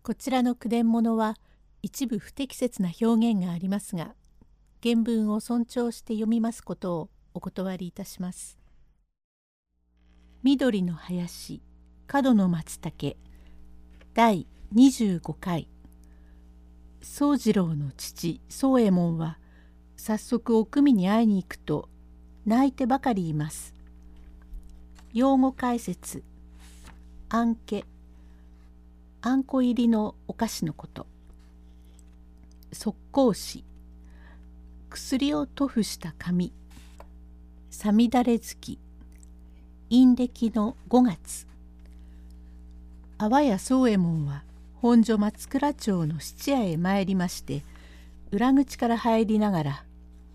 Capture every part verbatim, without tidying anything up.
こちらの句伝物は一部不適切な表現がありますが、原文を尊重して読みますことをお断りいたします。緑の林、角の松茸、だいにじゅうごかい。宗次郎の父宗右衛門は早速おくみに会いに行くと泣いてばかりいます。用語解説。あんけ、あんこ入りのお菓子のこと。即効紙、薬を塗布した紙。さみだれ月、陰暦のごがつ。阿波屋宗右衛門は本所松倉町の質屋へ参りまして、裏口から入りながら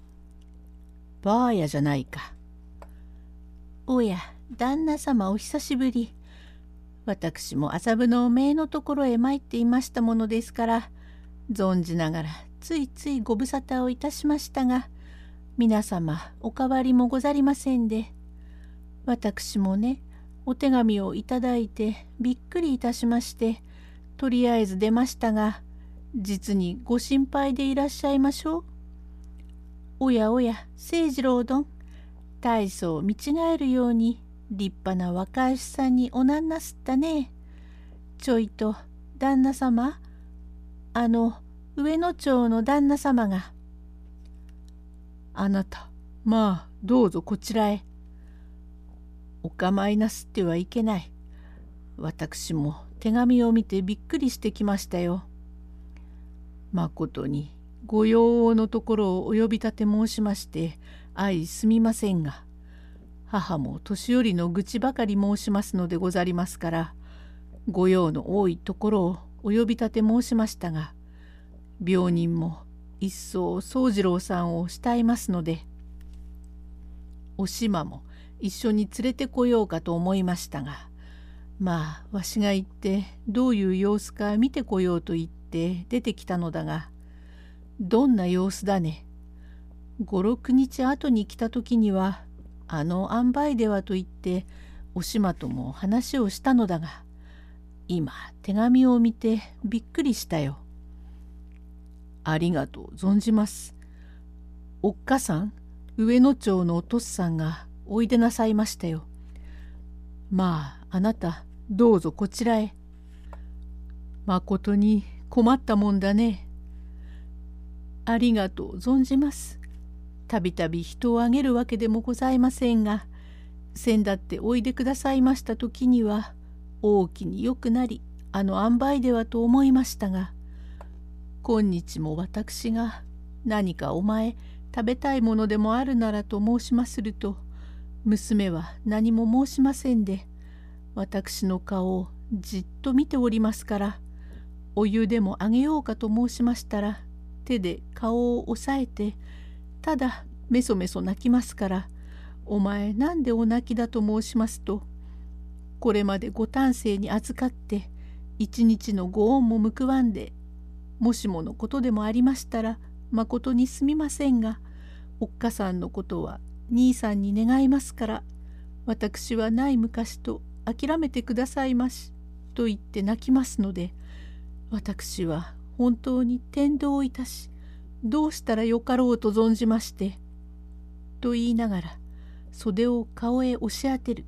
「ばあやじゃないか。おや旦那様お久しぶり。私も麻布のおめえのところへ参っていましたものですから、存じながらついついご無沙汰をいたしましたが、皆様お変わりもござりませんで、私もねお手紙をいただいてびっくりいたしまして、とりあえず出ましたが、実にご心配でいらっしゃいましょう。おやおや清次郎どん、大層見違えるように立派な若いさんにおなんなすったね。ちょいと旦那様、あの上野町の旦那様が。あなた、まあどうぞこちらへ。お構いなすってはいけない。私も手紙を見てびっくりしてきましたよ。まことにご用往のところをお呼び立て申しまして相すみませんが、母も年寄りの愚痴ばかり申しますのでござりますから、ご用の多いところをお呼び立て申しましたが、病人も一層宗次郎さんを慕いますので、おしまも一緒に連れてこようかと思いましたが、まあわしが行ってどういう様子か見てこようと言って出てきたのだが、どんな様子だね。五六日後に来た時にはあの塩梅ではと言っておしまとも話をしたのだが、今手紙を見てびっくりしたよ。ありがとう存じます。おっかさん、上野町のおとっさんがおいでなさいましたよ。まああなたどうぞこちらへ。まことに困ったもんだね。ありがとう存じます。たびたび人をあげるわけでもございませんが、せんだっておいでくださいました時には大きによくなり、あの塩梅ではと思いましたが、今日も私が何かお前食べたいものでもあるならと申しますると、娘は何も申しませんで、私の顔をじっと見ておりますから、お湯でもあげようかと申しましたら、手で顔を押さえて、ただめそめそ泣きますから、お前なんでお泣きだと申しますと、これまでご丹精に預かって一日のご恩も報わんで、もしものことでもありましたらまことにすみませんが、おっかさんのことは兄さんに願いますから、私はない昔と諦めてくださいましと言って泣きますので、私は本当に天道いたし、どうしたらよかろうと存じまして、と言いながら袖を顔へ押し当てる。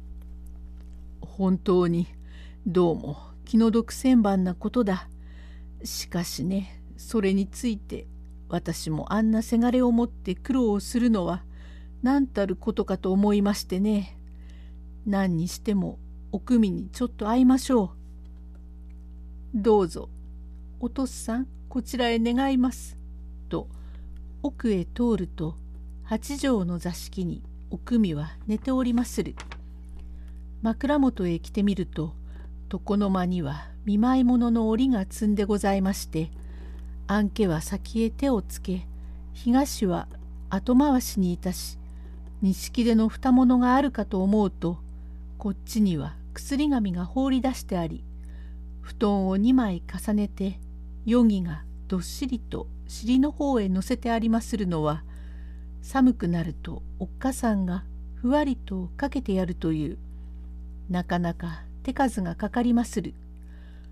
本当にどうも気の毒千万なことだ。しかしね、それについて私もあんなせがれを持って苦労をするのは何たることかと思いましてね。何にしてもおくみにちょっと会いましょう。どうぞおとっさんこちらへ願います。と奥へ通ると、八畳の座敷におくみは寝ておりまする。枕元へ来てみると、床の間には見舞い物の折が積んでございまして、あんけは先へ手をつけ、東は後回しにいたし、錦手の二物があるかと思うと、こっちには薬紙が放り出してあり、布団を二枚重ねて夜着がどっしりと尻の方へ乗せてありまするのは、寒くなるとおっかさんがふわりとかけてやるという、なかなか手数がかかりまする。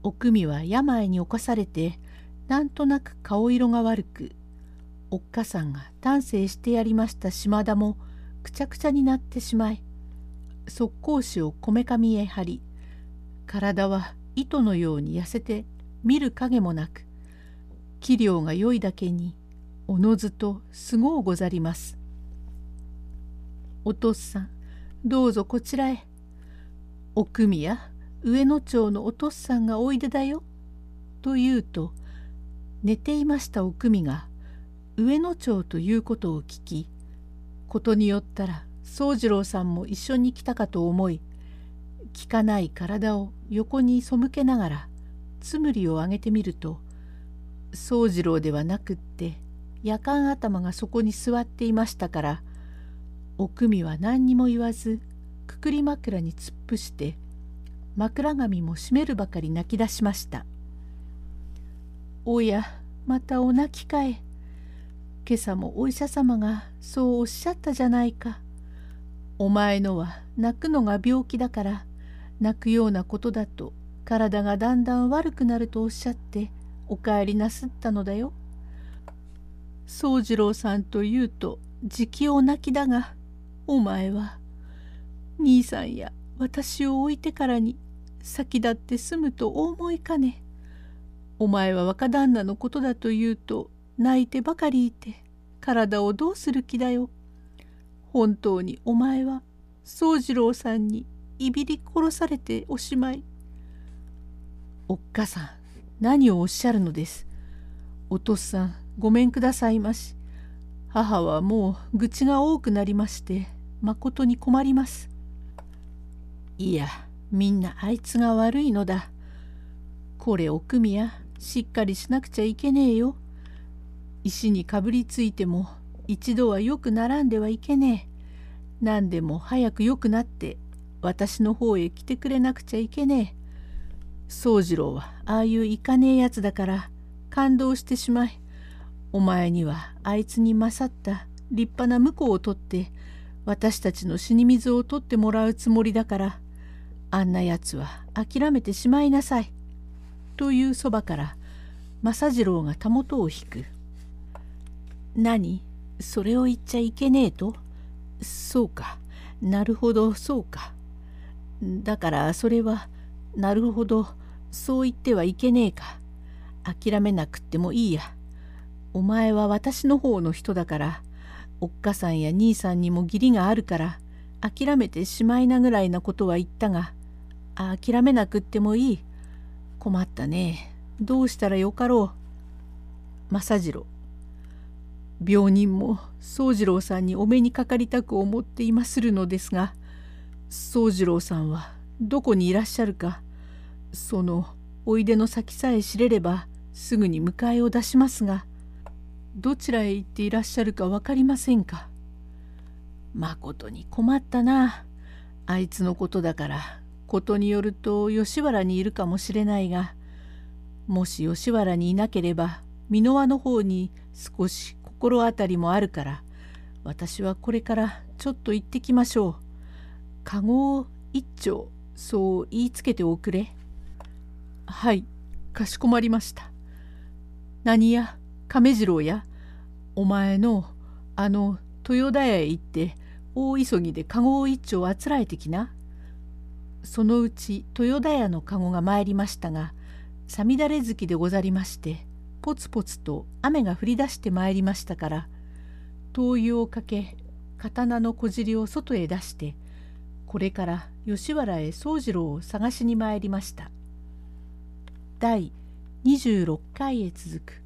おくみは病に侵されてなんとなく顔色が悪く、おっかさんが丹精してやりました島田もくちゃくちゃになってしまい、側溝紙をこめかみへ貼り、体は糸のように痩せて見る影もなく、器量が良いだけにおのずとすごうござります。お父っさん、どうぞこちらへ。おくみや上野町のお父っさんがおいでだよ。と言うと、寝ていましたおくみが上野町ということを聞き、ことによったら宗次郎さんも一緒に来たかと思い、効かない体を横に背けながらつむりを上げてみると、宗次郎ではなくって夜間頭がそこに座っていましたから、おくみは何にも言わずくくり枕に突っ伏して枕髪も閉めるばかり泣き出しました。おや、またお泣きかえ。今朝もお医者様がそうおっしゃったじゃないか。お前のは泣くのが病気だから、泣くようなことだと体がだんだん悪くなるとおっしゃってお帰りなすったのだよ。宗次郎さんというとじきお泣きだが、お前は兄さんや私を置いてからに先立って済むとお思いかね。お前は若旦那のことだというと泣いてばかりいて体をどうする気だよ。本当にお前は宗次郎さんにいびり殺されておしまい。おっかさん、何をおっしゃるのです。お父っさん、ごめんくださいまし。母はもう愚痴が多くなりましてまことに困ります。いや、みんなあいつが悪いのだ。これおくみやしっかりしなくちゃいけねえよ。石にかぶりついても一度はよくならんではいけねえ。何でも早くよくなって私の方へ来てくれなくちゃいけねえ。宗次郎はああいういかねえやつだから感動してしまい、お前にはあいつに勝った立派な婿を取って私たちの死に水を取ってもらうつもりだから、あんなやつは諦めてしまいなさい。というそばから政次郎がたもとを引く。何、それを言っちゃいけねえと。そうか、なるほど、そうか。だからそれはなるほど、そう言ってはいけねえか。諦めなくってもいいや。お前は私の方の人だから、おっかさんや兄さんにも義理があるから諦めてしまいなぐらいなことは言ったが、諦めなくってもいい。困ったね。どうしたらよかろう。政次郎、病人も宗次郎さんにお目にかかりたく思っていまするのですが、宗次郎さんはどこにいらっしゃるか、そのおいでの先さえ知れればすぐに迎えを出しますが、どちらへ行っていらっしゃるか分かりませんか。まことに困ったな。あいつのことだから、ことによると吉原にいるかもしれないが、もし吉原にいなければ箕輪の方に少し心当たりもあるから、私はこれからちょっと行ってきましょう。かごを一丁、そう言いつけておくれ。はい、かしこまりました。何や、亀次郎や、お前のあの豊田屋へ行って大急ぎでかごを一丁あつらえてきな。そのうち豊田屋のかごが参りましたが、さみだれ月でござりまして、ポツポツと雨が降り出してまいりましたから、灯油をかけ刀の小尻を外へ出して、これから吉原へ宗次郎を探しに参りました。だいにじゅうろっかいへ続く。